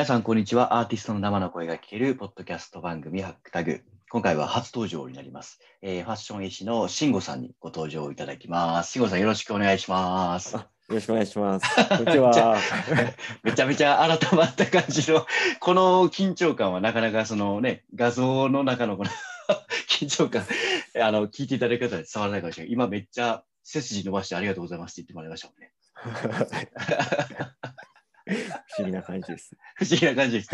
皆さん、こんにちは。アーティストの生の声が聞けるポッドキャスト番組ハックタグ。今回は初登場になります。ファッション絵師の慎吾さんにご登場いただきます。慎吾さん、よろしくお願いします。 よろしくお願いします。こんにちじゃは。 めちゃめちゃ改まった感じの、この緊張感はなかなかそのね、画像の中のこの緊張感、聞いていただく方は伝わらないかもしれない。今めっちゃ背筋伸ばしてありがとうございますって言ってもらいましたもんね。 不思議な感じです。 不思議な感じです。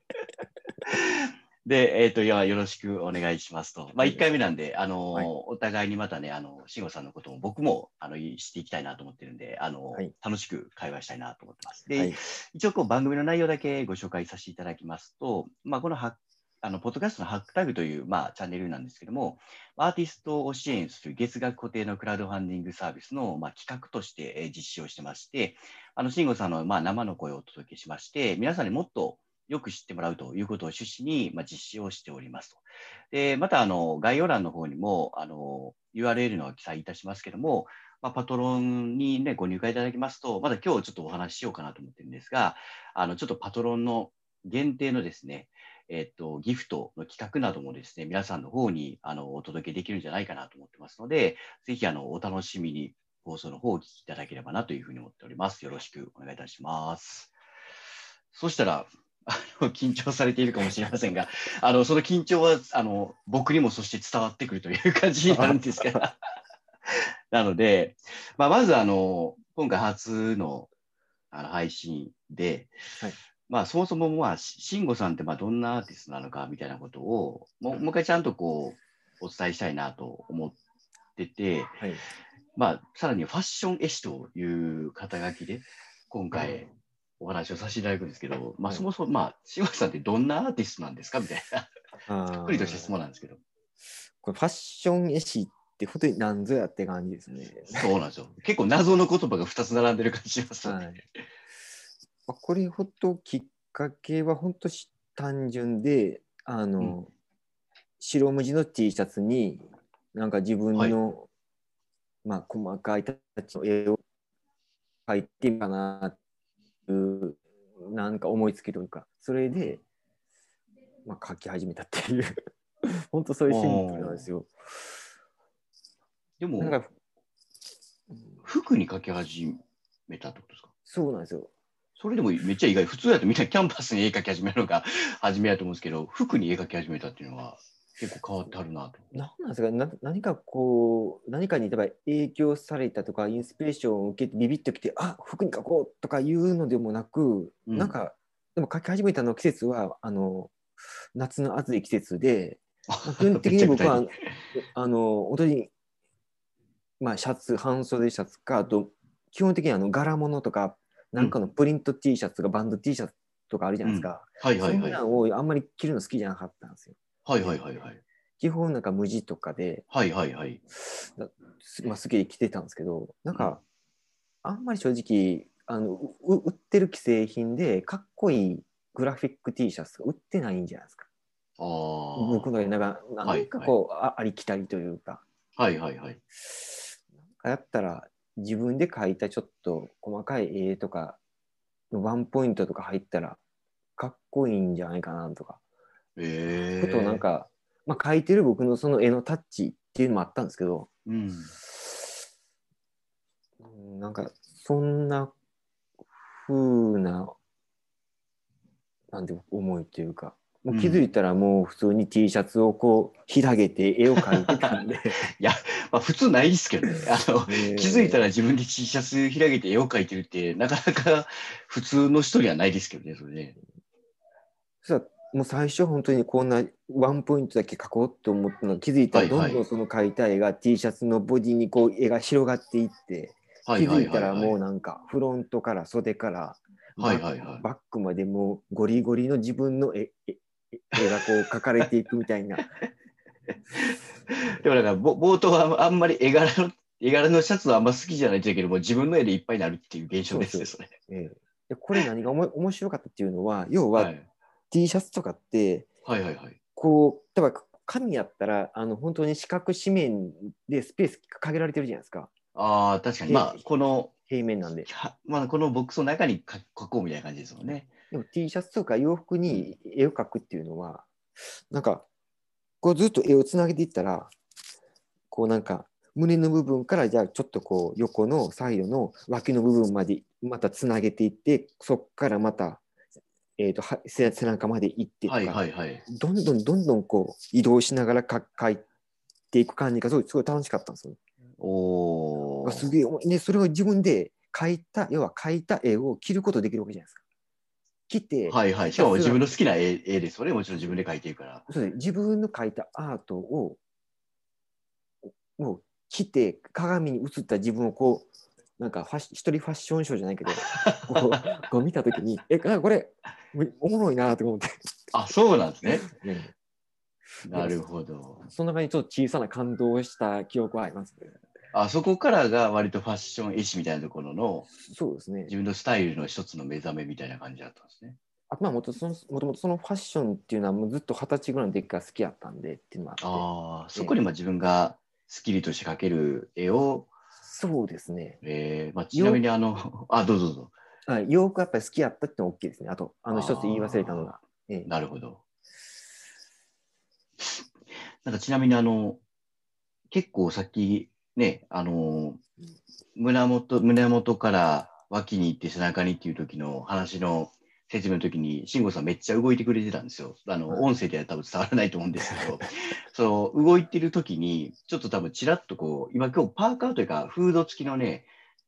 で、よろしくお願いしますと。1回目なんで、お互いにまたね、慎吾さんのことも僕も、していきたいなと思ってるんで、楽しく会話したいなと思ってます。で、一応、番組の内容だけご紹介させていただきますと、このポッドキャストのハックタグという、チャンネルなんですけども、アーティストを支援する月額固定のクラウドファンディングサービスの、企画として、実施をしてまして、慎吾さんの、生の声をお届けしまして、皆さんにもっとよく知ってもらうということを趣旨に、実施をしておりますと。で、また、概要欄の方にも、URL の記載いたしますけども、パトロンにね、ご入会いただきますと、まだ今日ちょっとお話ししようかなと思ってるんですが、ちょっとパトロンの限定のですね、ギフトの企画などもですね、皆さんの方にお届けできるんじゃないかなと思ってますので、ぜひお楽しみに放送の方をお聞きいただければなというふうに思っております。よろしくお願いいたします。そしたら、緊張されているかもしれませんが、その緊張は僕にもそして伝わってくるという感じになるんですが、なので、まず今回初の配信で、そもそも慎吾さんってどんなアーティストなのかみたいなことをもう一回ちゃんとお伝えしたいなと思ってて、さらにファッション絵師という肩書きで今回お話をさせていただくんですけど、そもそも慎吾さんってどんなアーティストなんですかみたいなざっくりとした質問なんですけど。 これファッション絵師って本当に何ぞやって感じですね。 そうなんですよ。結構謎の言葉が2つ並んでる感じしますよね。 これほんときっかけは本当単純で、白無地の T シャツになんか自分の、細かいタッチの絵を描いてみたかなっていうなんか思いつきというか、それで、描き始めたっていう本当そういうシンプルなんですよ。 でもなんか服に描き始めたってことですか？ そうなんですよ。 それでもめっちゃ意外。普通だとみんなキャンパスに絵描き始めるのが初めやと思うんですけど、服に絵描き始めたっていうのは結構変わってあるなと。 なんですか、何か何かに例えば影響されたとか、インスピレーションを受けてビビッときて、服に描こうとかいうのでもなく、なんか、でも描き始めたの季節は、夏の暑い季節で、基本的に僕は、本当に、シャツ、半袖シャツか、あと、基本的に柄物とか、なんかのプリント T シャツとか、バンド T シャツとかあるじゃないですか。そんなのをあんまり着るの好きじゃなかったんですよ。基本なんか無地とかで、好きで着てたんですけど、なんか、あんまり正直、売ってる既製品でかっこいいグラフィック T シャツが売ってないんじゃないですか。僕のなんかありきたりというか。やったら自分で描いたちょっと細かい絵とかのワンポイントとか入ったらかっこいいんじゃないかなとか。ことなんか、描いてる僕のその絵のタッチっていうのもあったんですけど、なんかそんな風ななんて思いというか、もう気づいたらもう普通に T シャツを広げて絵を描いてたんでいや、普通ないですけどね。気づいたら自分で T シャツ広げて絵を描いてるってなかなか普通の人にはないですけどね、それね。 そしたらもう最初本当にこんなワンポイントだけ描こうと思ったの気づいたらどんどんその描いた絵が T シャツのボディに絵が広がっていって、気づいたらもうなんかフロントから袖からバックまでもうゴリゴリの自分の絵が描かれていくみたいな。 でもなんか冒頭はあんまり絵柄のシャツはあんま好きじゃないんだけども、自分の絵でいっぱいになるっていう現象ですね、それ。 これ何が面白かったっていうのは、要は T シャツとかって、例えば紙やったら本当に四角四面でスペース限られてるじゃないですか。 確かに。この平面なんで。 このボックスの中に書こうみたいな感じですもんね。 でも T シャツとか洋服に絵を描くっていうのは、なんか、こうずっと絵をつなげていったら、こうなんか、胸の部分からじゃあちょっとこう横のサイドの脇の部分までまたつなげていって、そこからまた、背中まで行ってとはいか、 はいはい。 どんどんどんどんこう移動しながら描いていく感じがすごい楽しかったんですよ。すげえ、ね、それを自分で要は描いた絵を着ることできるわけじゃないですか。着て、 はいはい。 ひしかも自分たすら、 の好きな絵ですよね。もちろん自分で描いてるから。 そうです、自分の描いたアートをもう着て鏡に映った自分をこうなんか一人ファッションショーじゃないけどこう見た時にこれおもろいなと思ってあ、そうなんですね。 ね、なんかなるほど。 そんな感じでちょっと小さな感動をした記憶はありますね。 あ、そこからが割とファッション絵師みたいなところのそうですね。 自分のスタイルの一つの目覚めみたいな感じだったんですね。 まあ、もともとそのファッションっていうのはもうずっと20歳ぐらいの時から好きやったんでっていうのもあって、 ああ、そこに自分がスキルとして描ける絵を、 そうですね。 ちなみにあ、どうぞどうぞ。 洋服やっぱり好きやったってのは大きいですね。あと、一つ言い忘れたのあが。 あ、なるほど。なんかちなみに結構さっきね、胸元から脇に行って背中にっていう時の話の説明の時に、慎吾さんめっちゃ動いてくれてたんですよ。音声では多分伝わらないと思うんですけど、その動いてる時に、ちょっと多分ちらっとこう、今パーカーというか、フード付きのね、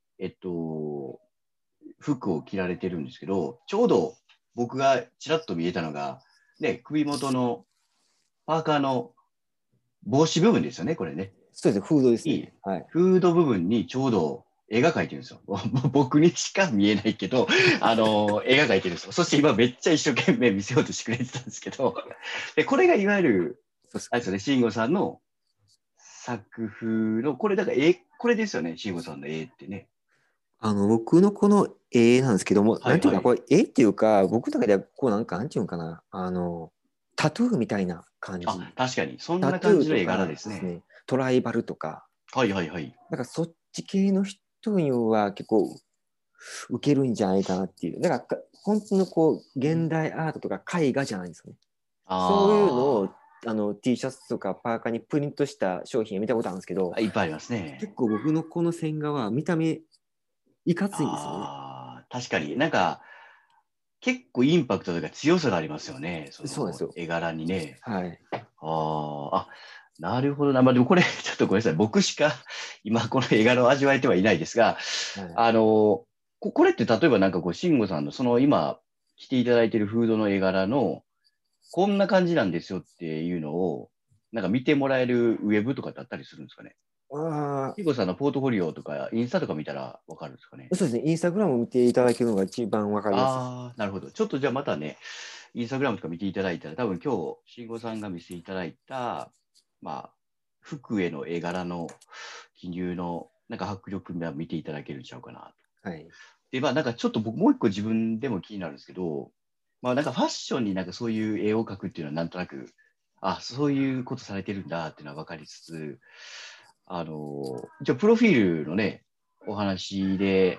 服を着られてるんですけど、ちょうど僕がちらっと見えたのが、ね、首元のパーカーの帽子部分ですよね、これね。 そうですね、フードですいいね。はい。 フード部分にちょうど絵が描いてるんですよ。僕にしか見えないけど、絵が描いてるんですよ。そして今めっちゃ一生懸命見せようとしてくれてたんですけど、でこれがいわゆる、 そうです。 あれですよね、慎吾さんの作風の、これだからこれですよね、慎吾さんの絵ってね。 僕のこの絵なんですけども、なんていうか、 はいはい。 これ絵っていうか、僕の中ではこうなんていうのかな、タトゥーみたいな感あ、 じ。 確かに、そんタトゥーな感じの絵柄とかですね。 ですね、トライバルとか、 はいはいはい。 なんかそっち系の人には結構受けるんじゃないかなっていう。だから本当のこう現代アートとか絵画じゃないんですよね。そういうのをあ T シャツとかパーカーにプリントした商品を見たことあるんですけど、 あ、いっぱいありますね。 結構僕のこの線画は見た目いかついんですよね。 ああ、確かになんか、結構インパクトというか強さがありますよね。そそうなんですよ。 の絵柄にね。 はい。 なるほどな。まあでもこれ、ちょっとごめんなさい。僕しか今この絵柄を味わえてはいないですが、 はい。 これって例えばなんかこう、慎吾さんのその今着ていただいているフードの絵柄のこんな感じなんですよっていうのを、なんか見てもらえるウェブとかってあったりするんですかね。 あ慎吾さんのポートフォリオとかインスタとか見たらわかるんですかね。 そうですね。インスタグラムを見ていただけるのが一番わかりやすいです。 ああ、なるほど。ちょっとじゃあまたね、インスタグラムとか見ていただいたら、多分今日、慎吾さんが見せていただいた、まあ、服への絵柄の記入の、なんか迫力が見ていただけるんちゃうかなと。 はい。 で、まあ、なんかちょっと僕もう一個自分でも気になるんですけど、まあ、なんかファッションになんかそういう絵を描くっていうのはなんとなく、あ、そういうことされてるんだっていうのは分かりつつ、一応プロフィールのね、お話で、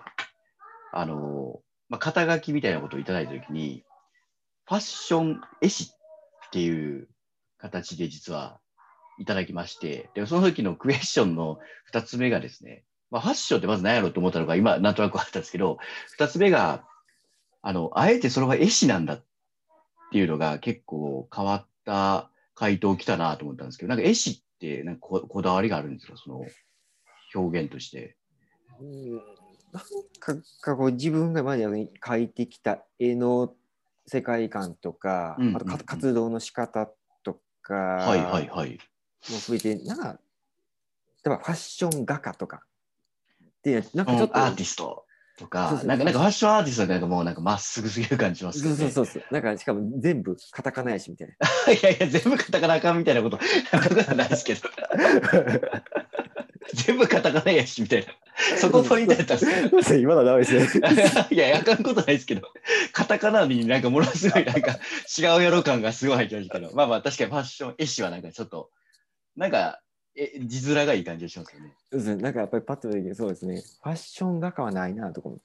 肩書きみたいなことをいただいたときに、ファッション絵師っていう形で実はいただきまして、で、その時のクエスチョンの二つ目がですね、ファッションってまず何やろうと思ったのが今なんとなくあったんですけど、二つ目が、あえてそれは絵師なんだっていうのが結構変わった回答来たなと思ったんですけど、なんか絵師ってなんかこだわりがあるんですか、その表現として。 なんかこう自分が今まで描いてきた絵の世界観とか、 うんうあとんうん。 活動の仕方とはいはかいはい。 も含めて、なんか、例えばファッション画家とかで、なんうん、 かちょっと、 アーティストとか、 そうそう、 なんかファッションアーティストってなんかもうなんかまっすぐすぎる感じしますけそうどね。 そうそうそう、なんかしかも全部カタカナやしみたいな。 いやいや、全部カタカナあかんみたいなこと、そんなことはないですけど。全部カタカナやし、みたいな。そこポイントやったんですか。 そうですね、今のはダメですね。 いや、あかんことないですけど、カタカナになんかものすごいなんか違うやろ感がすごい入ってましたけど、まあまあ確かにファッション絵師はなんかちょっと、なんか、字面がいい感じがしますよね。 そうですね、なんかやっぱりパッと出てきて、そうですね、ファッション画家はないなとか思って。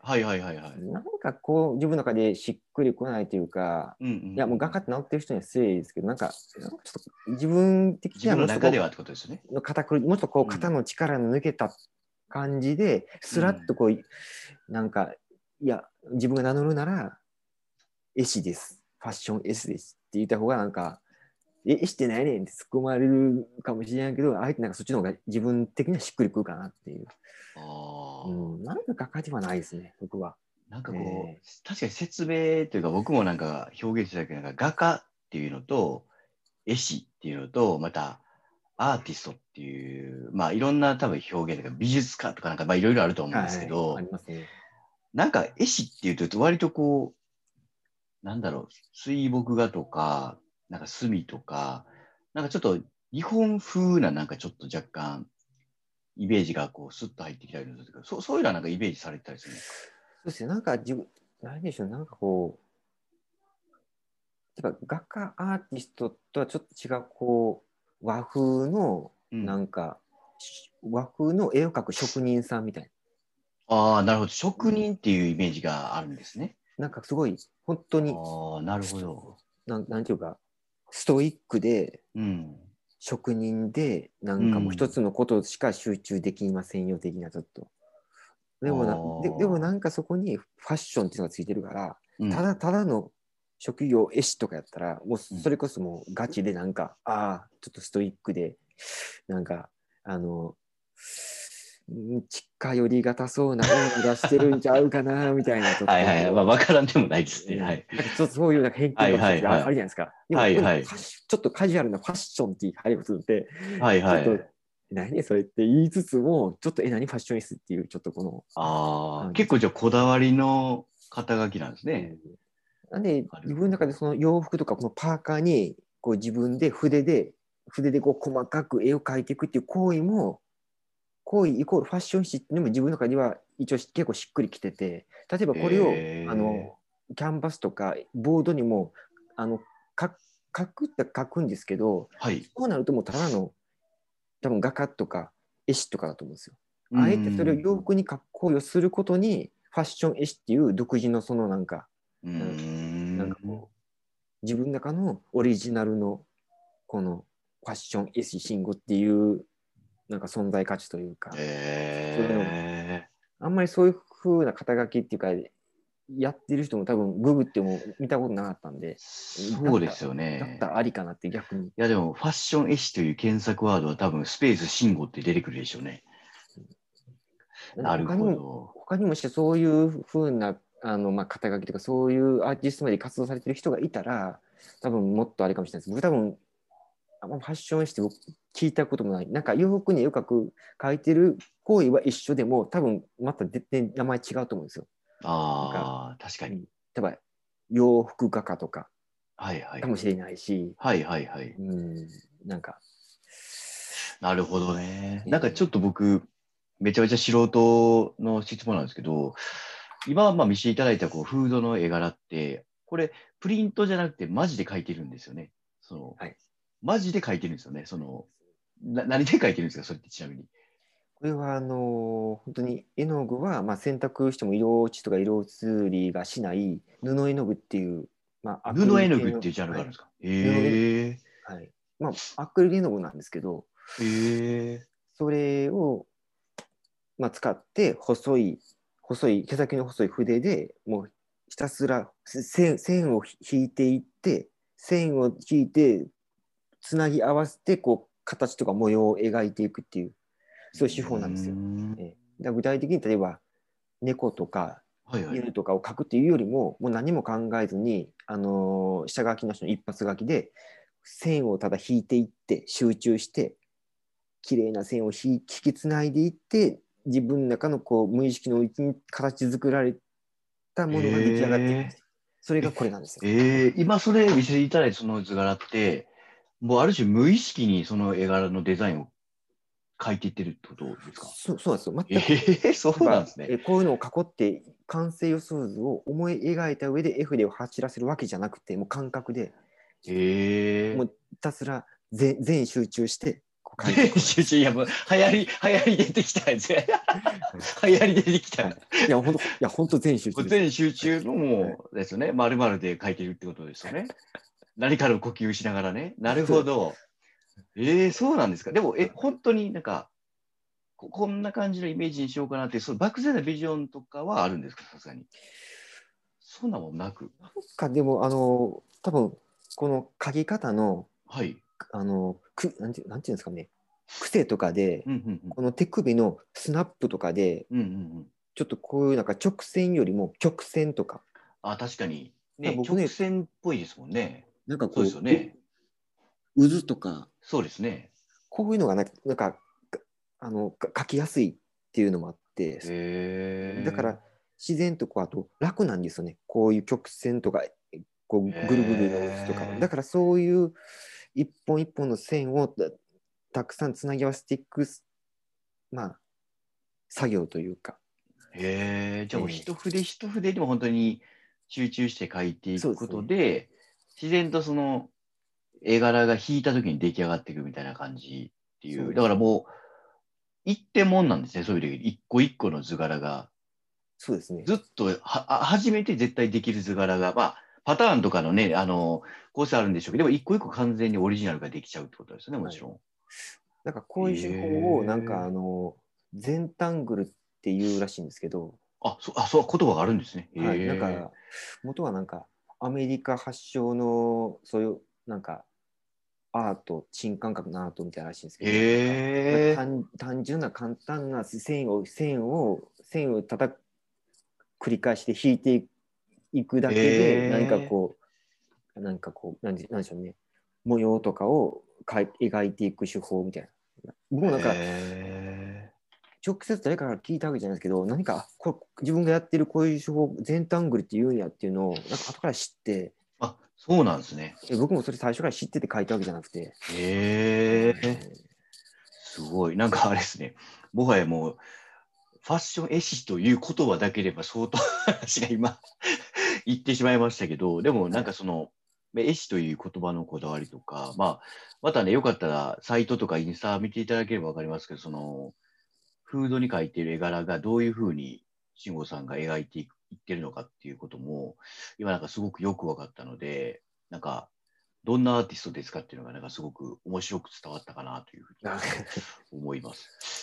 はいはいはいはい。 なんかこう自分の中でしっくりこないというか、 うんうんうん、 いやもう画家って治ってる人には失礼ですけど、なんかちょっと自分的自分のにはもうちょっとこ中ではってことですよね。 うもうちょっとこう肩の力の抜けた感じで、スラッとこう、なんか、いや、自分が名乗るなら、絵師です。ファッション絵師ですって言った方がなんか、絵師ってないねんって突っ込まれるかもしれないけど、あえてなんかそっちの方が自分的にはしっくりくるかなっていう。なんか画家ではないですね、僕は。 なんかこう、確かに説明というか、僕もなんか表現したけど、なんか画家っていうのと、絵師っていうのと、またアーティストっていう、まあいろんな多分表現とか、美術家とかなんかまあいろいろあると思うんですけはい、あど、 りますね。 なんか絵師っていうと割とこう、なんだろう、水墨画とか、なんか墨とか、なんかちょっと日本風ななんかちょっと若干イメージがこうスッと入ってきたりするんですけど、そういうのはなんかイメージされてたりするんですか？ そうですね、なんか自分、何でしょう、なんかこう、例えば画家アーティストとはちょっと違う、こう、なんか、和風の絵を描く職人さんみたいな。 ああ、なるほど。職人っていうイメージがあるんですね。 なんかすごい、本当に、 ああ、なるほど。 なんていうか、ストイックで、 うん。 職人で、なうんかもう一ん。 つのことしか集中できませんよ、的な、ちょっと。 あでもなあ。 んかそこにファッションっていうのがついてるから、 うん。 ただの職業絵師とかやったら、もううん。 それこそもうガチでなんか、ああ、ちょっとストイックで、なんか、あの、近寄りがたそうなオーラ出してるんちゃうかな、みたいな、ちょっとはいはいはい。まあ、 こわからんでもないですう、 ね。はい。 なんかちょっとそういうなんか偏はい見かもしれないですけど、あるじゃはいはい。 ないですか。でも、 はいはい。 ちょっとカジュアルなファッションって入りますので、 はいちょっと、 はい。 何それって言いつつも、ちょっと、何ファッションイスっていう、ちょっとこのああ、 感じ。 結構じゃあこだわりの肩書きなんですね。 うん、なんで、 なる自分のほど。 中でその洋服とか、このパーカーに、こう自分で筆でこう細かく絵を描いていくっていう行為イコールファッション誌っていうのも自分の中では一応結構しっくりきてて、例えばこれをええ、 キャンバスとかボードにもあのか書くって書くんですけど、 はい。 そうなるともうただの多分画家とか絵師とかだと思うんですよ。 うあえてそれをん。 洋服に行為をすることにファッション絵師っていう独自のそのうなんなんかん。 こう自分の中のオリジナルのこのファッション絵師慎吾っていうなんか存在価値というか、そういうのがええ、 あんまりそういう風な肩書きっていうか、やってる人も多分ググっても見たことなかったんで、 そうですよだったね。 らありかなって逆に。 いやでも、ファッション絵師という検索ワードは多分スペース慎吾って出てくるでしょうね。 なんでなるほど。 他にもしてそういう風な肩書きとかそういうアーティストまで活動されてる人がいたら、多分もっとあれかもしれないです。僕多分ファッションして僕聞いたこともない。なんか洋服に絵を描いてる行為は一緒でも、多分また絶対名前違うと思うんですよ。なんか、 ああ、確かに。 例えば洋服画家とかはいはい。 かもしれないし、 はいはいはい。 うん、なんか、 なるほどね。なんかちょっーと僕、めちゃめちゃ素人の質問なんですけど、今、まあ見せていただいたこうフードの絵柄って、これ、プリントじゃなくてマジで描いてるんですよね。その、 はい。 マジで描いてるんですよね。その、何で描いてるんですか、それってちなみに。 これは本当に絵の具は、洗濯しても色落ちとか色移りがしない布絵の具っていう、アクリ布絵のル系の、 具っていうジャンルはい、 があるんですか？ 布絵、 ええはい、アクリル絵の具なんですけど、 ええ、 それを、使って細い毛先の細い筆でもうひたすら線を引いていって線を引いてつなぎ合わせてこう形とか模様を描いていくっていうそういう手うー法なんですよ。 ん。 だから具体的に例えば猫とかはいはい。 犬とかを描くっていうよりももう何も考えずに、下書きの人の一発書きで線をただ引いていって集中して綺麗な線を引きつないでいって自分の中のこう無意識のうちに形作られたものが出来上がっていくんですえよ。それえがこれなんですよ。 今それ見せていただいたその図柄って、もうある種無意識にその絵柄のデザインを描いていってるってことですか？ そうなんですよ。 え全くえ、そ例えばうなんですね。 こういうのを囲って完成予想図を思い描いた上で絵筆を走らせるわけじゃなくてもう感覚でええ、 もうひたすら全集中して全集中、いやもう流行り出てきたやつ。流行り出てきた。 いや、本当全集中です。 全集中のもうですよね。丸々で書いてるってことですよね。何かの呼吸しながらね。なるほど。そうなんですか。でも、本当になんか、こんな感じのイメージにしようかなって、そう漠然なビジョンとかはあるんですか、さすがに。そんなもんなく。 なんかでも、多分この書き方の、 はい。 なんていうんですかね、癖とかで、 うんうんうん。 この手首のスナップとかで、 うんうんうん。 ちょっとこういうなんか直線よりも曲線とか、 あ、確かに。ね、 僕ね、 曲線っぽいですもんね。そうですなんかこう、 よね。 渦とか、 そうですね。 こういうのがなんか、書きやすいっていうのもあって、だかへら自然とあと楽なんですよね。こういう曲線とか、こえ。 うぐるぐるの渦とかは。だへからそういう一本一本の線をたくさんつなぎ合わせていく、まあ、作業というか。 え。じゃあもうえー一筆一筆にも本当に集中して書いていくことそうですね。 で、自然とその絵柄が引いた時に出来上がっていくみたいな感じっていう。だそうですね。 からもう、一点もんなんですね。そういう意味で。一個一個の図柄が。 そうですね。 ずっと初めて絶対できる図柄が、まあ、パターンとかのね、構成あるんでしょうけど、でも一個一個完全にオリジナルができちゃうってことですよね、もはい。 ちろん。 なんかこういう手法をなんかええ。 ゼンタングルっていうらしいんですけど、 そう、言葉があるんですね。 はい、なんえか元はなんかアメリカ発祥のそういうなんかアート、新感覚のアートみたいならしいんですけえ。 ど、なんか、 ええ。 単純な簡単な線を繰り返して引いていくだけで、 ええ。 なんでしょうね、模様とかを描いていく手法みたいな。僕もなんか、 ええ。 直接誰かから聞いたわけじゃないですけど、何か自分がやってるこういう手法、全タングルって言うんやっていうのを、なんか後から知って、 そうなんですね。 僕もそれ最初から知ってて書いたわけじゃなくて、 ええ。すごい。なんかあれですね。もはやもう、ファッション絵師という言葉だけでば相当話が今言ってしまいましたけど、でもなんかはい、 その、絵師という言葉のこだわりとか、まあ、またね、よかったらサイトとかインスタ見ていただければわかりますけど、その、フードに描いている絵柄がどういうふうに慎吾さんが描いていってるのかっていうことも、今なんかすごくよくわかったので、なんか、どんなアーティストですかっていうのがなんかすごく面白く伝わったかなというふうに思います。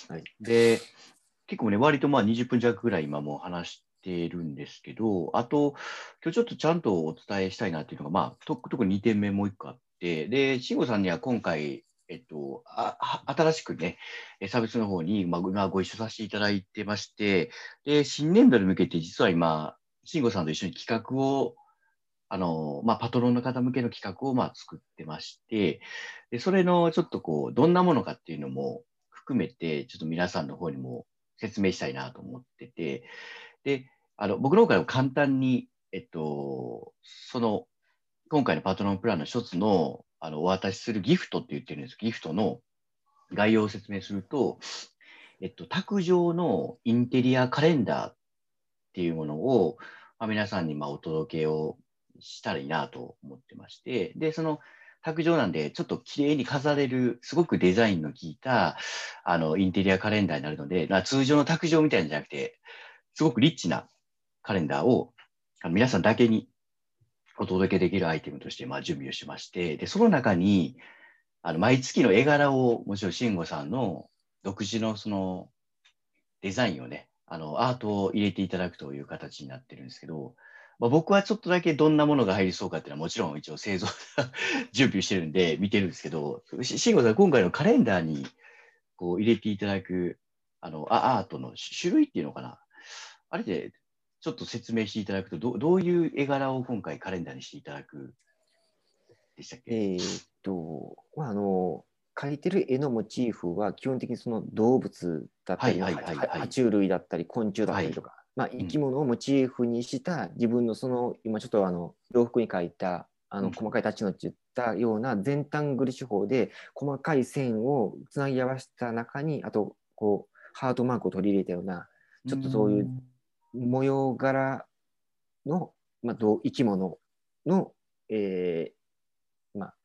はい、 で、結構ね、割とまあ20分弱ぐらい今もう話してるんですけど、あと、今日ちょっとちゃんとお伝えしたいなっていうのが、まあ、特に2点目もう1個あって、で、慎吾さんには今回、新しくね、サービスの方に、まあ、今ご一緒させていただいてまして、で、新年度に向けて実は今、慎吾さんと一緒に企画を、まあ、パトロンの方向けの企画を、まあ、作ってまして、で、それのちょっとこう、どんなものかっていうのも含めて、ちょっと皆さんの方にも説明したいなと思ってて、で、僕の方からも簡単に、その、今回のパトロンプランの一つの、お渡しするギフトって言ってるんです。ギフトの概要を説明すると、卓上のインテリアカレンダーっていうものを、まあ、皆さんにまあお届けをしたらいいなと思ってまして、で、その卓上なんで、ちょっと綺麗に飾れる、すごくデザインの効いた、インテリアカレンダーになるので、まあ、通常の卓上みたいなんじゃなくて、すごくリッチなカレンダーを皆さんだけにお届けできるアイテムとしてまあ準備をしまして、で、その中に、毎月の絵柄を、もちろん慎吾さんの独自のそのデザインをね、アートを入れていただくという形になってるんですけど、まあ、僕はちょっとだけどんなものが入りそうかっていうのはもちろん一応製造準備してるんで見てるんですけど、慎吾さん、今回のカレンダーにこう入れていただく、アートの種類っていうのかな。あれで、ちょっと説明していただくと、どういう絵柄を今回カレンダーにしていただくでしたっけ？ まあ、描いてる絵のモチーフは基本的にその動物だったり、まあ、 はいはいはいはい。 爬虫類だったり昆虫だっはい。 たりとか、まあ、生きうん。 物をモチーフにした自分のその今ちょっと洋服に描いたうん。 細かいタッチのっていったような全タングル手法で細かい線をつなぎ合わせた中にあとこうハートマークを取り入れたようなうちょっとそういうん。 模様柄の、まあ、生き物の、えまあ、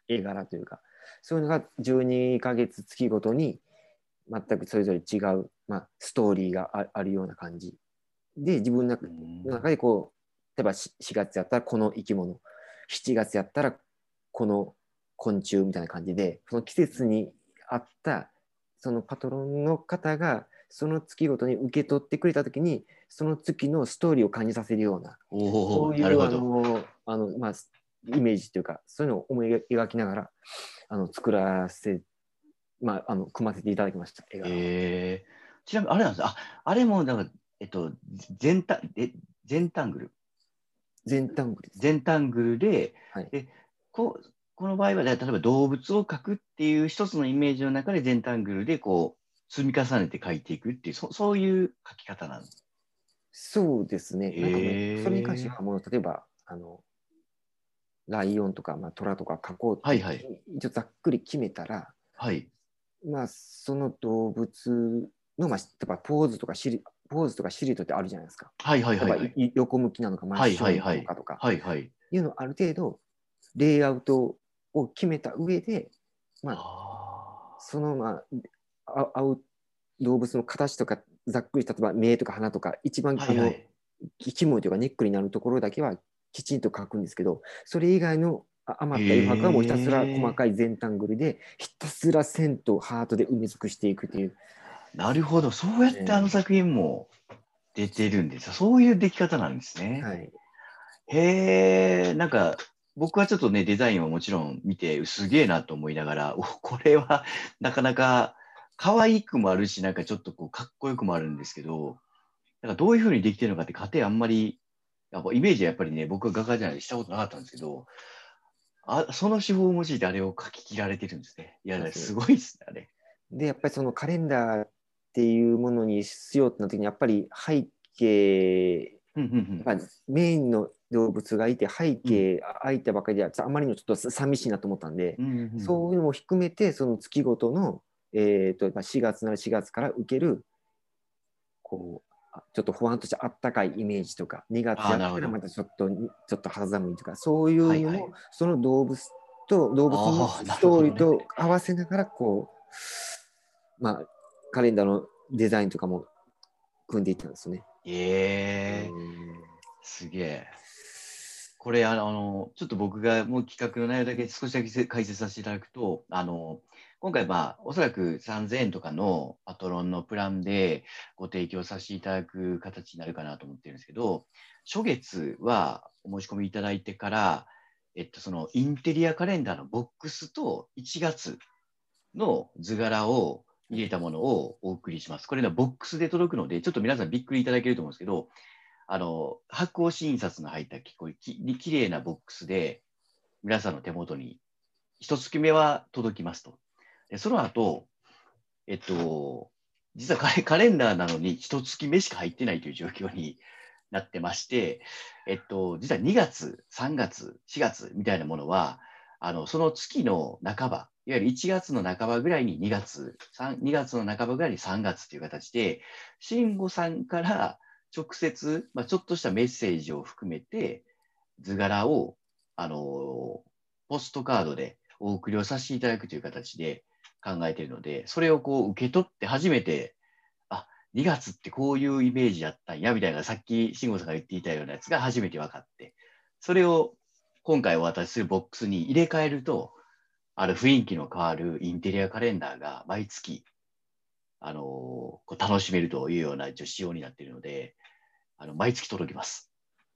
絵柄というか、そういうのが12ヶ月月ごとに全くそれぞれ違う、ストーリーがあるような感じで、自分の中でこう、例えば4月やったらこの生き物、7月やったらこの昆虫みたいな感じで、その季節に合ったそのパトロンの方がその月ごとに受け取ってくれたときに、その月のストーリーを感じさせるような、そういうイメージというか、そういうのを思い描きながら作らせ、組ませていただきました。 ちなみにあれなんです。あれもなんか、ゼンタングル。 ゼンタングルです。 ゼンタングルで、 はい、 この場合は、例えば動物を描くっていう一つのイメージの中でゼンタングルでこう積み重ねて描いていくっていう、そういう描き方なんです。 そうですね。なんかもう、それに関しては、もう例えば、ライオンとか、トラとか描こうって、一応ざっくり決めたら、 はい、 その動物の、例えばポーズとかシルエットってあるじゃないですか。 はいはいはい、 例えば横向きなのか真正面なのかとか、いうのをある程度レイアウトを決めた上で、その合う動物の形とかざっくり例えば目とか鼻とか一番肝というかネックになるところだけはきちんと描くんですけど、それ以外の余った余白はもうひたすら細かい全タングルでひたすら線とハートで埋め尽くしていくという。 なるほど、そうやってあの作品も出てるんですよ。そういう出来方なんですね。 はい、 へえ、なんか僕はちょっとね、デザインをもちろん見て、すげえなと思いながら、これはなかなか可愛くもあるし、なんかちょっとこうかっこよくもあるんですけど、なんかどういうふうにできてるのかって過程あんまり、やっぱイメージはやっぱりね、僕は画家じゃないしたことなかったんですけど、その手法を用いてあれを描き切られてるんですね。いや、すごいですね、あれ。 で、やっぱりそのカレンダーっていうものにしようってなった時に、やっぱり背景、メインの動物がいて背景空いたばかりではあまりにもちょっと寂しいなと思ったんで、そういうのも含めてその月ごとの、4月なら4月から受けるこうちょっとほわんとしたあったかいイメージとか、2月やったらまたちょっと肌寒いとか、そういうのもその動物のストーリーと合わせながらこう、カレンダーのデザインとかも組んでいったんですね。 すげえ。これちょっと僕がもう企画の内容だけ少しだけ解説させていただくと、今回おそらく3000円とかのパトロンのプランでご提供させていただく形になるかなと思ってるんですけど、初月はお申し込みいただいてから、そのインテリアカレンダーのボックスと1月の図柄を入れたものをお送りします。これね、ボックスで届くので、ちょっと皆さんびっくりいただけると思うんですけど、発行新印の入ったきれいなボックスで、皆さんの手元に、一月目は届きますと。で、その後、実はカレンダーなのに一月目しか入ってないという状況になってまして、実は2月、3月、4月みたいなものは、その月の半ば、いわゆる1月の半ばぐらいに2月の半ばぐらいに3月という形で、慎吾さんから直接、ちょっとしたメッセージを含めて、図柄を、ポストカードでお送りをさせていただくという形で考えているので、それをこう受け取って初めて、2月ってこういうイメージやったんや、みたいな、さっき慎吾さんが言っていたようなやつが初めて分かって、それを今回お渡しするボックスに入れ替えると、雰囲気の変わるインテリアカレンダーが毎月、こう楽しめるというような仕様になっているので、毎月届きます。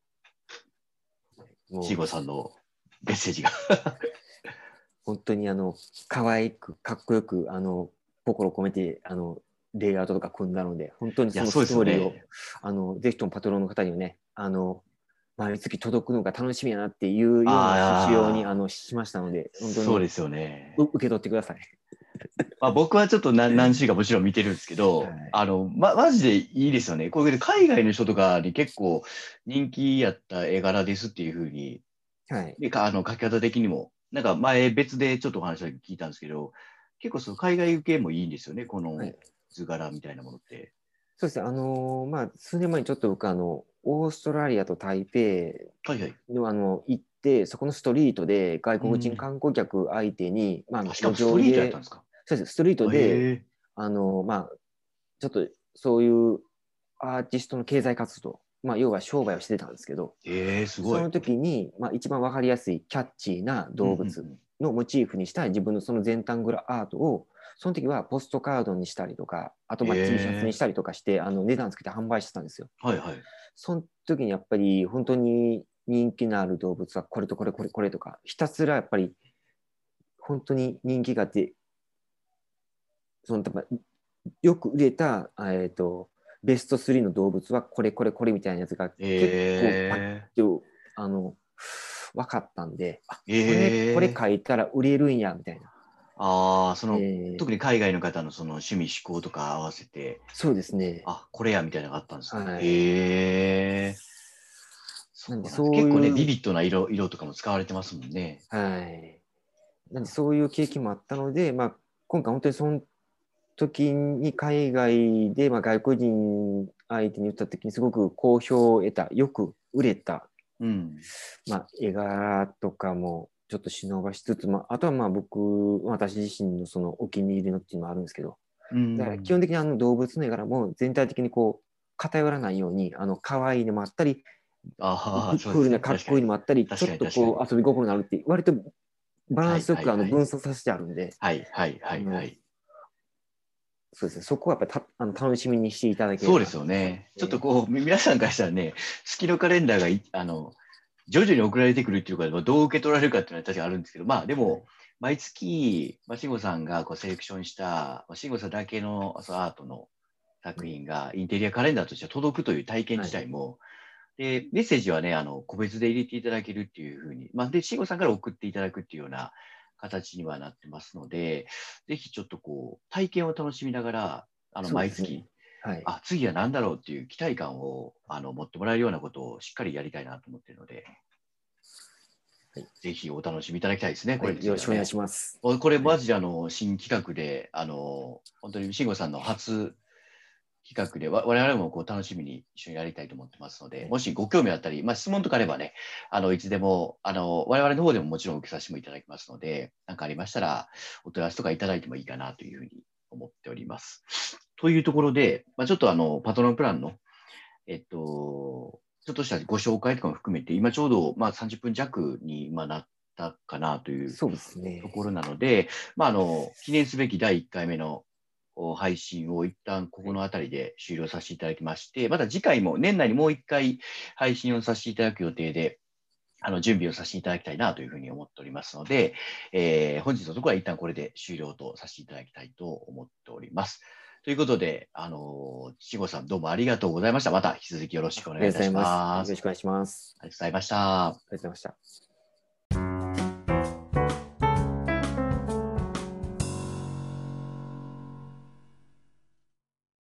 慎吾さんのメッセージが。 本当に可愛くかっこよく心込めてレイアウトとか組んだので、本当にそのストーリーを、ぜひともパトロンの方にはね、毎月届くのが楽しみやなっていうような仕様にしましたので、 本当にそうですよね。 受け取ってください。 僕はちょっと何種かもちろん見てるんですけど、マジでいいですよね。これ海外の人とかに結構人気やった絵柄ですっていうふうに、で書き方的にも、なんか前別でちょっとお話を聞いたんですけど、結構その海外受けもいいんですよね、この図柄みたいなものって。 そうですね、数年前にちょっと僕オーストラリアと台北はいはい。 の行って、そこのストリートで外国人観光客相手に、まあ、 あ、しか路もストリートやったん上で、 ですか？ そうです、ストリートで、 ええまあ、ちょっとそういうアーティストの経済活動、まあ、要は商売をしてたんですけど、 ええすごい。 その時に、まあ、一番わかりやすいキャッチーなうんう動物んのモチーフにした自分のその全タングルアートを、その時はポストカードにしたりとか、あとうん。 まあ T シャツにしええたりとかして、値段つけて販売してたんですよ。 はいはい。 その時にやっぱり本当に人気のある動物はこれとこれこれこれとか、ひたすらやっぱり本当に人気があって、そのよく売れた、ベスト3の動物はこれこれこれみたいなやつが結構バッえとあの分かったんで、あ、 えこれええ書いたら売れるんやみたいな。 ああ、 えー特に海外の方のその趣味嗜好とか合わせて、 そうですね。 あ、これやみたいなのがあったんですね。 はい。 へえ、そなんでうなんです。結構ね、 そういう、 ビビッドな色とかも使われてますもんね。 はい。なんでそういう経験もあったので、まあ、今回本当にその時に海外で、まあ、外国人相手に言った時にすごく好評を得た、よく売れた、 うん。 まあ、絵柄とかもちょっと忍ばしつつ、まあ、あとはまあ私自身のそのお気に入りのっていうのもあるんですけど、 うだから基本ん。 的に動物の絵柄も全体的にこう偏らないように可愛いのもあったり、 ああ、そうですね。 クールなかっこいいのもあったり、ちょっと確かに。 こう遊び心のあるっていう割とバラはいンスよくはいはい。 分散させてあるんで、あのはい。 そうですね、そこはやっぱ楽しみにしていただけれそうですばとよね。ちょっとね。 こう、皆さんからしたらね、月のカレンダーが徐々に送られてくるっていうか、どう受け取られるかっていうのは確かあるんですけど、まあでも、 はい、 毎月、慎吾さんがこうセレクションした、慎吾さんだけのそのアートの作品がインテリアカレンダーとして届くという体験はい、 自体も、で、メッセージはね、個別で入れていただけるっていうふうに、まあ、で、慎吾さんから送っていただくっていうような形にはなってますので、ぜひちょっとこう、体験を楽しみながら、 そうですね。 毎月、 はい。 あ、次は何だろうっていう期待感を持ってもらえるようなことをしっかりやりたいなと思っているので、 はい、 ぜひお楽しみいただきたいですね、これはい、 につよろしくお願いいてはね。 します。 これはい、 マジで新企画で、本当に慎吾さんの初企画で、我々もこう楽しみに一緒にやりたいと思ってますので、 はい、 もしご興味あったり、まあ、質問とかあればね、いつでも、我々の方でももちろん受けさせてもいただきますので、何かありましたら、お問い合わせとかいただいてもいいかなというふうに思っております。というところで、まあ、ちょっとパトロンプランの、ちょっとしたご紹介とかも含めて、今ちょうど、まあ、30分弱に今なったかなというそうですね。 ところなので、まあ、記念すべき第1回目の配信を一旦ここはい、 の辺りで終了させていただきまして、また次回も年内にもう1回配信をさせていただく予定で、準備をさせていただきたいなというふうに思っておりますので、本日のところは一旦これで終了とさせていただきたいと思っております。ということで、慎吾さんどうもありがとうございました。また引き続きよろしくおありがとうご願いいたしざいます。よます。 ろしくお願いします。 ありがとうございました。 ありがとうございました。